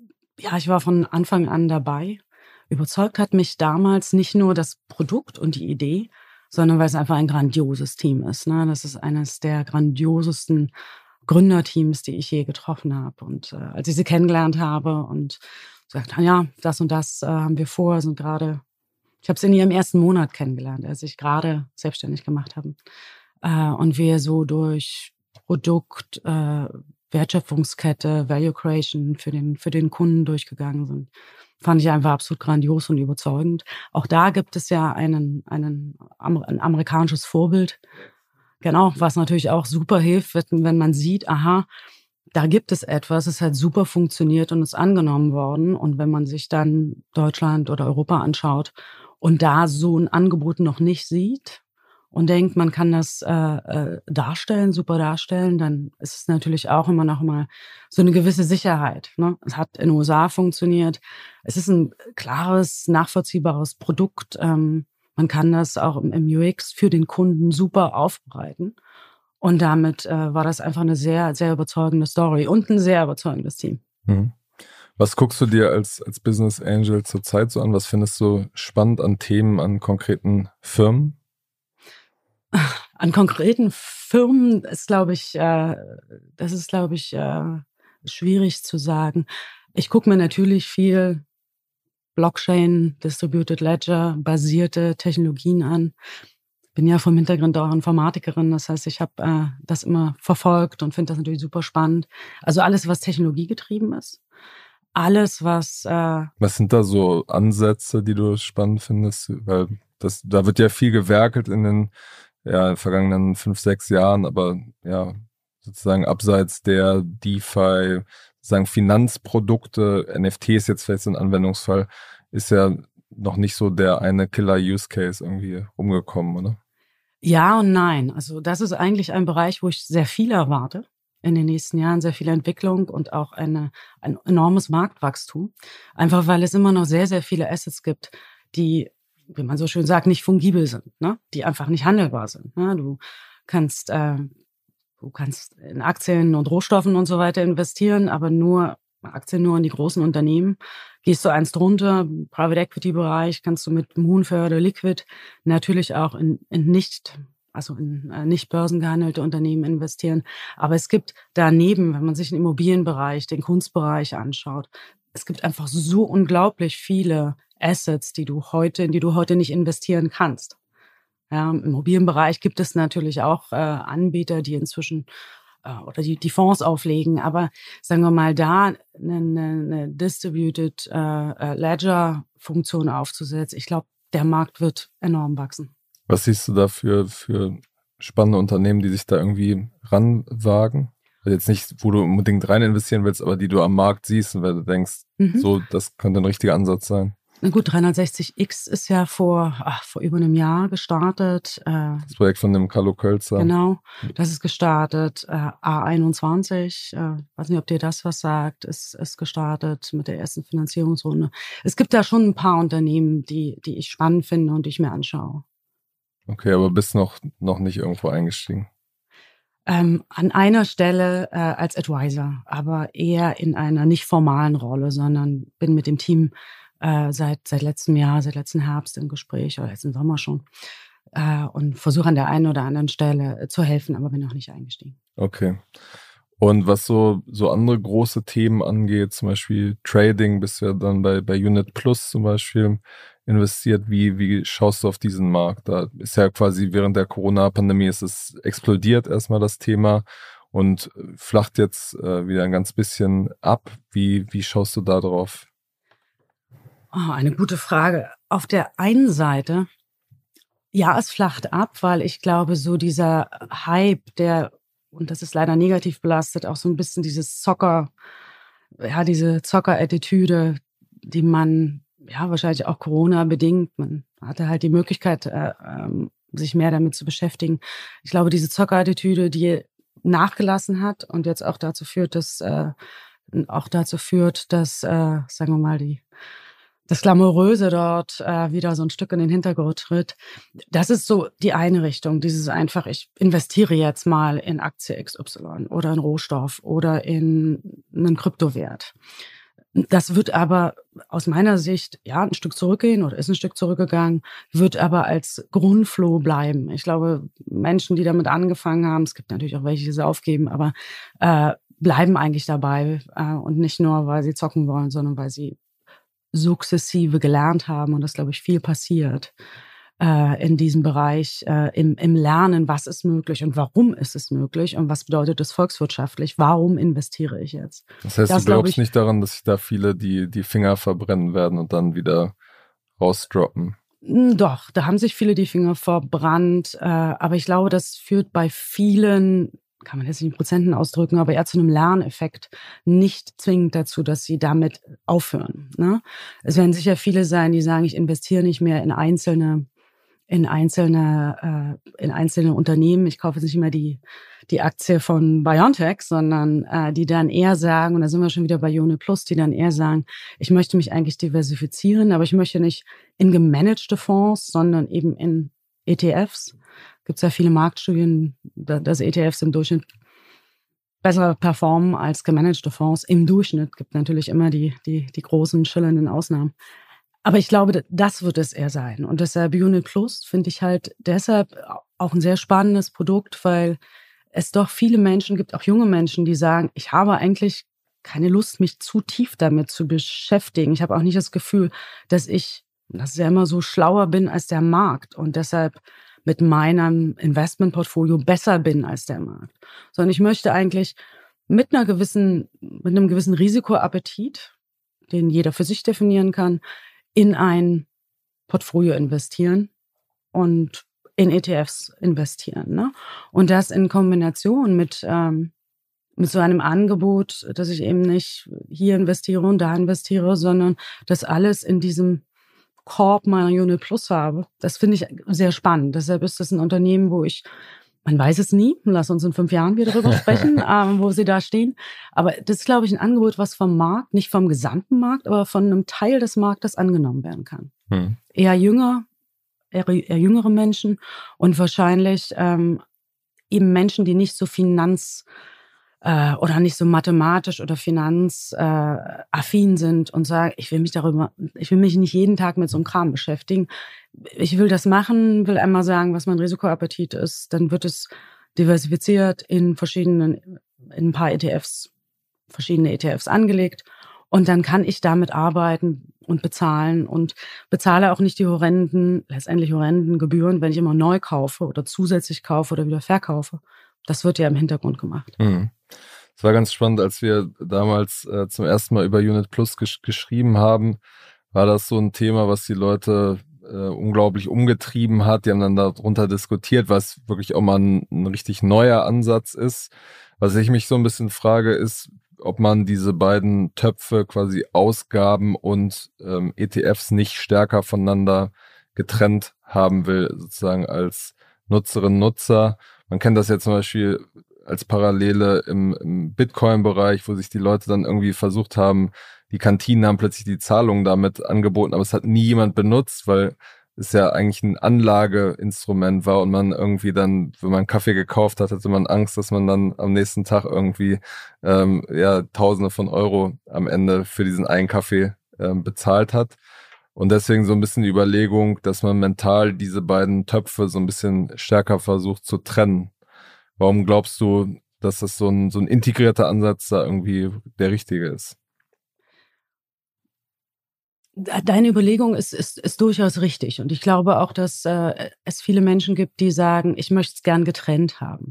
ja, ich war von Anfang an dabei. Überzeugt hat mich damals nicht nur das Produkt und die Idee, sondern weil es einfach ein grandioses Team ist. Ne? Das ist eines der grandiosesten Gründerteams, die ich je getroffen habe. Und äh, als ich sie kennengelernt habe und gesagt, ja, das und das äh, haben wir vor, sind gerade, ich habe sie in ihrem ersten Monat kennengelernt, als ich gerade selbstständig gemacht habe. Äh, und wir so durch Produkt, äh, Wertschöpfungskette, Value Creation für den, für den Kunden durchgegangen sind. Fand ich einfach absolut grandios und überzeugend. Auch da gibt es ja einen, einen, ein amerikanisches Vorbild. Genau, was natürlich auch super hilft, wenn man sieht, aha, da gibt es etwas, es hat super funktioniert und ist angenommen worden. Und wenn man sich dann Deutschland oder Europa anschaut und da so ein Angebot noch nicht sieht und denkt, man kann das äh, äh, darstellen, super darstellen, dann ist es natürlich auch immer noch mal so eine gewisse Sicherheit. Ne? Es hat in den U S A funktioniert. Es ist ein klares, nachvollziehbares Produkt. Ähm, man kann das auch im, im U X für den Kunden super aufbereiten. Und damit äh, war das einfach eine sehr, sehr überzeugende Story und ein sehr überzeugendes Team. Mhm. Was guckst du dir als, als Business Angel zurzeit so an? Was findest du spannend an Themen, an konkreten Firmen? An konkreten Firmen ist, glaube ich, äh, das ist, glaube ich, äh, schwierig zu sagen. Ich gucke mir natürlich viel Blockchain, Distributed Ledger basierte Technologien an. Bin ja vom Hintergrund auch Informatikerin, das heißt, ich habe äh, das immer verfolgt und finde das natürlich super spannend. Also alles, was technologiegetrieben ist, alles, was... Äh, was sind da so Ansätze, die du spannend findest? Weil das, da wird ja viel gewerkelt in den ja, vergangenen fünf, sechs Jahren, aber ja, sozusagen abseits der DeFi, sozusagen Finanzprodukte, N F T ist jetzt vielleicht so ein Anwendungsfall, ist ja noch nicht so der eine Killer-Use-Case irgendwie rumgekommen, oder? Ja und nein. Also das ist eigentlich ein Bereich, wo ich sehr viel erwarte in den nächsten Jahren, sehr viel Entwicklung und auch eine, ein enormes Marktwachstum. Einfach weil es immer noch sehr, sehr viele Assets gibt, die, wie man so schön sagt, nicht fungibel sind, ne? Die einfach nicht handelbar sind. Ne? Du kannst, äh, du kannst in Aktien und Rohstoffen und so weiter investieren, aber nur Aktien nur in die großen Unternehmen. Gehst du eins drunter, im Private Equity Bereich, kannst du mit Moonfird, Liquid natürlich auch in, in nicht, also in äh, nicht börsengehandelte Unternehmen investieren. Aber es gibt daneben, wenn man sich den Immobilienbereich, den Kunstbereich anschaut, es gibt einfach so unglaublich viele Assets, die du heute, in die du heute nicht investieren kannst. Ja, im Immobilienbereich gibt es natürlich auch äh, Anbieter, die inzwischen oder die, die Fonds auflegen, aber sagen wir mal da eine, eine Distributed äh, Ledger-Funktion aufzusetzen, ich glaube, der Markt wird enorm wachsen. Was siehst du da für, für spannende Unternehmen, die sich da irgendwie ranwagen? Also jetzt nicht, wo du unbedingt rein investieren willst, aber die du am Markt siehst und weil du denkst, mhm. so, das könnte ein richtiger Ansatz sein. Na gut, dreihundertsechzig X ist ja vor, ach, vor über einem Jahr gestartet. Äh, das Projekt von dem Carlo Kölzer. Genau, das ist gestartet. Äh, A einundzwanzig, äh, weiß nicht, ob dir das was sagt, ist, ist gestartet mit der ersten Finanzierungsrunde. Es gibt da schon ein paar Unternehmen, die, die ich spannend finde und die ich mir anschaue. Okay, aber bist noch, noch nicht irgendwo eingestiegen? Ähm, an einer Stelle äh, als Advisor, aber eher in einer nicht formalen Rolle, sondern bin mit dem Team Äh, seit seit letztem Jahr, seit letztem Herbst im Gespräch oder letzten Sommer schon äh, und versuche an der einen oder anderen Stelle äh, zu helfen, aber bin noch nicht eingestiegen. Okay. Und was so, so andere große Themen angeht, zum Beispiel Trading, bist du ja dann bei, bei Unit Plus zum Beispiel investiert. Wie, wie schaust du auf diesen Markt? Da ist ja quasi während der Corona-Pandemie ist es explodiert erstmal das Thema und flacht jetzt äh, wieder ein ganz bisschen ab. Wie, wie schaust du da drauf? Oh, eine gute Frage. Auf der einen Seite, ja, es flacht ab, weil ich glaube, so dieser Hype, der, und das ist leider negativ belastet, auch so ein bisschen dieses Zocker, ja, diese Zocker-Attitüde, die man, ja, wahrscheinlich auch Corona-bedingt, man hatte halt die Möglichkeit, äh, ähm, sich mehr damit zu beschäftigen. Ich glaube, diese Zocker-Attitüde, die nachgelassen hat und jetzt auch dazu führt, dass, äh, auch dazu führt, dass, äh, sagen wir mal, die das Glamouröse dort äh, wieder so ein Stück in den Hintergrund tritt. Das ist so die eine Richtung, dieses einfach, ich investiere jetzt mal in Aktie X Y oder in Rohstoff oder in einen Kryptowert. Das wird aber aus meiner Sicht, ja, ein Stück zurückgehen oder ist ein Stück zurückgegangen, wird aber als Grundflow bleiben. Ich glaube, Menschen, die damit angefangen haben, es gibt natürlich auch welche, die es aufgeben, aber äh, bleiben eigentlich dabei äh, und nicht nur, weil sie zocken wollen, sondern weil sie sukzessive gelernt haben und das, glaube ich, viel passiert äh, in diesem Bereich, äh, im, im Lernen, was ist möglich und warum ist es möglich und was bedeutet es volkswirtschaftlich, warum investiere ich jetzt? Das heißt, das, du glaubst ich, nicht daran, dass sich da viele die, die Finger verbrennen werden und dann wieder rausdroppen? Doch, da haben sich viele die Finger verbrannt, äh, aber ich glaube, das führt bei vielen, kann man jetzt nicht in Prozenten ausdrücken, aber eher zu einem Lerneffekt, nicht zwingend dazu, dass sie damit aufhören. Ne? Es werden sicher viele sein, die sagen, ich investiere nicht mehr in einzelne, in einzelne, äh, in einzelne Unternehmen. Ich kaufe jetzt nicht mehr die, die Aktie von BioNTech, sondern äh, die dann eher sagen, und da sind wir schon wieder bei Unit Plus, die dann eher sagen, ich möchte mich eigentlich diversifizieren, aber ich möchte nicht in gemanagte Fonds, sondern eben in E T Fs. Gibt es ja viele Marktstudien, dass E T Fs im Durchschnitt besser performen als gemanagte Fonds. Im Durchschnitt gibt natürlich immer die, die, die großen, schillernden Ausnahmen. Aber ich glaube, das wird es eher sein. Und deshalb Unit Plus finde ich halt deshalb auch ein sehr spannendes Produkt, weil es doch viele Menschen gibt, auch junge Menschen, die sagen, ich habe eigentlich keine Lust, mich zu tief damit zu beschäftigen. Ich habe auch nicht das Gefühl, dass ich, das ist ja immer so, schlauer bin als der Markt und deshalb mit meinem Investmentportfolio besser bin als der Markt. Sondern ich möchte eigentlich mit einer gewissen, mit einem gewissen Risikoappetit, den jeder für sich definieren kann, in ein Portfolio investieren und in E T Fs investieren. Ne? Und das in Kombination mit, ähm, mit so einem Angebot, dass ich eben nicht hier investiere und da investiere, sondern das alles in diesem Korb meiner Unit Plus habe. Das finde ich sehr spannend. Deshalb ist das ein Unternehmen, wo ich, man weiß es nie, lass uns in fünf Jahren wieder drüber sprechen, ähm, wo sie da stehen. Aber das ist, glaube ich, ein Angebot, was vom Markt, nicht vom gesamten Markt, aber von einem Teil des Marktes angenommen werden kann. Hm. Eher jünger, eher, eher jüngere Menschen und wahrscheinlich ähm, eben Menschen, die nicht so finanz- äh, oder nicht so mathematisch oder finanzaffin äh, sind und sagen, ich will mich darüber, ich will mich nicht jeden Tag mit so einem Kram beschäftigen. Ich will das machen, will einmal sagen, was mein Risikoappetit ist, dann wird es diversifiziert in verschiedenen, in ein paar E T Fs, verschiedene E T Fs angelegt und dann kann ich damit arbeiten und bezahlen und bezahle auch nicht die horrenden, letztendlich horrenden Gebühren, wenn ich immer neu kaufe oder zusätzlich kaufe oder wieder verkaufe. Das wird ja im Hintergrund gemacht. Mhm. Es war ganz spannend, als wir damals äh, zum ersten Mal über Unit Plus gesch- geschrieben haben, war das so ein Thema, was die Leute äh, unglaublich umgetrieben hat. Die haben dann darunter diskutiert, was wirklich auch mal ein, ein richtig neuer Ansatz ist. Was ich mich so ein bisschen frage, ist, ob man diese beiden Töpfe, quasi Ausgaben und ähm, E T Fs, nicht stärker voneinander getrennt haben will, sozusagen als Nutzerinnen, Nutzer. Man kennt das ja zum Beispiel als Parallele im, im Bitcoin-Bereich, wo sich die Leute dann irgendwie versucht haben, die Kantinen haben plötzlich die Zahlungen damit angeboten, aber es hat nie jemand benutzt, weil es ja eigentlich ein Anlageinstrument war und man irgendwie dann, wenn man Kaffee gekauft hat, hatte man Angst, dass man dann am nächsten Tag irgendwie ähm, ja Tausende von Euro am Ende für diesen einen Kaffee ähm, bezahlt hat. Und deswegen so ein bisschen die Überlegung, dass man mental diese beiden Töpfe so ein bisschen stärker versucht zu trennen. Warum glaubst du, dass das so ein, so ein integrierter Ansatz da irgendwie der richtige ist? Deine Überlegung ist, ist, ist durchaus richtig. Und ich glaube auch, dass äh, es viele Menschen gibt, die sagen, ich möchte es gern getrennt haben.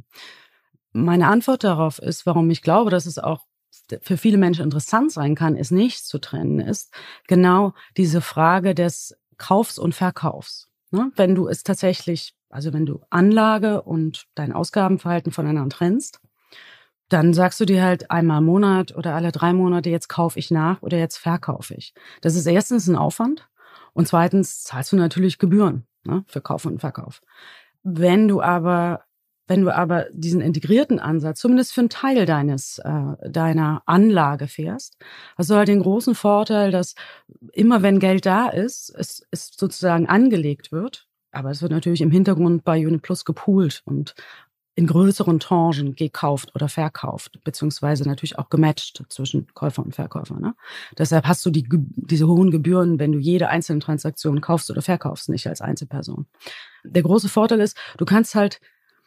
Meine Antwort darauf ist, warum ich glaube, dass es auch für viele Menschen interessant sein kann, es nicht zu trennen, ist genau diese Frage des Kaufs und Verkaufs. Ne? Wenn du es tatsächlich, also wenn du Anlage und dein Ausgabenverhalten voneinander trennst, dann sagst du dir halt einmal im Monat oder alle drei Monate, jetzt kaufe ich nach oder jetzt verkaufe ich. Das ist erstens ein Aufwand und zweitens zahlst du natürlich Gebühren, ne, für Kauf und Verkauf. Wenn du aber, wenn du aber diesen integrierten Ansatz, zumindest für einen Teil deines, äh, deiner Anlage fährst, hast du halt den großen Vorteil, dass immer wenn Geld da ist, es, es sozusagen angelegt wird, aber es wird natürlich im Hintergrund bei Uniplus gepoolt und in größeren Tranchen gekauft oder verkauft, beziehungsweise natürlich auch gematcht zwischen Käufer und Verkäufer. Ne? Deshalb hast du die, diese hohen Gebühren, wenn du jede einzelne Transaktion kaufst oder verkaufst, nicht als Einzelperson. Der große Vorteil ist, du kannst halt,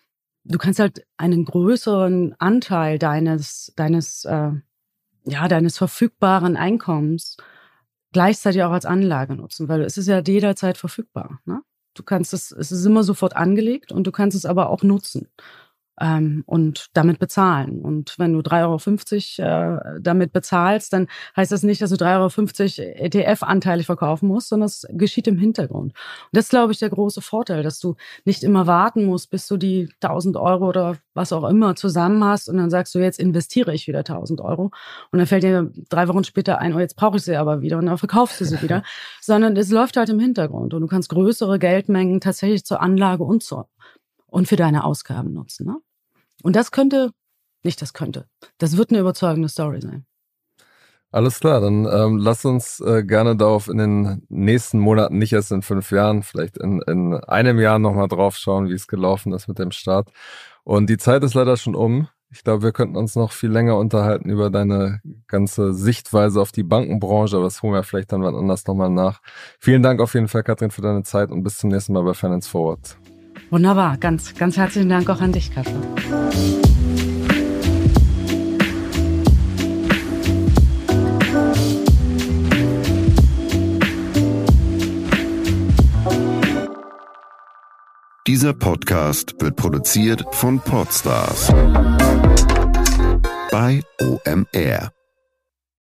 du kannst halt einen größeren Anteil deines, deines, äh, ja, deines verfügbaren Einkommens gleichzeitig auch als Anlage nutzen, weil es ist ja jederzeit verfügbar. Ne? Du kannst es, es ist immer sofort angelegt und du kannst es aber auch nutzen ähm, und damit bezahlen. Und wenn du drei Euro fünfzig äh, damit bezahlst, dann heißt das nicht, dass du drei Euro fünfzig E T F-anteilig verkaufen musst, sondern es geschieht im Hintergrund. Und das ist, glaube ich, der große Vorteil, dass du nicht immer warten musst, bis du die tausend Euro oder was auch immer zusammen hast und dann sagst du, jetzt investiere ich wieder tausend Euro und dann fällt dir drei Wochen später ein, oh, jetzt brauche ich sie aber wieder und dann verkaufst du sie wieder, sondern es läuft halt im Hintergrund und du kannst größere Geldmengen tatsächlich zur Anlage und zur und für deine Ausgaben nutzen. Ne? Und das könnte, nicht das könnte, das wird eine überzeugende Story sein. Alles klar, dann ähm, lass uns äh, gerne darauf in den nächsten Monaten, nicht erst in fünf Jahren, vielleicht in, in einem Jahr nochmal drauf schauen, wie es gelaufen ist mit dem Start. Und die Zeit ist leider schon um. Ich glaube, wir könnten uns noch viel länger unterhalten über deine ganze Sichtweise auf die Bankenbranche, aber das holen wir vielleicht dann wann anders nochmal nach. Vielen Dank auf jeden Fall, Katrin, für deine Zeit und bis zum nächsten Mal bei Finance Forward. Wunderbar, ganz, ganz herzlichen Dank auch an dich, Kasper. Dieser Podcast wird produziert von Podstars bei O M R.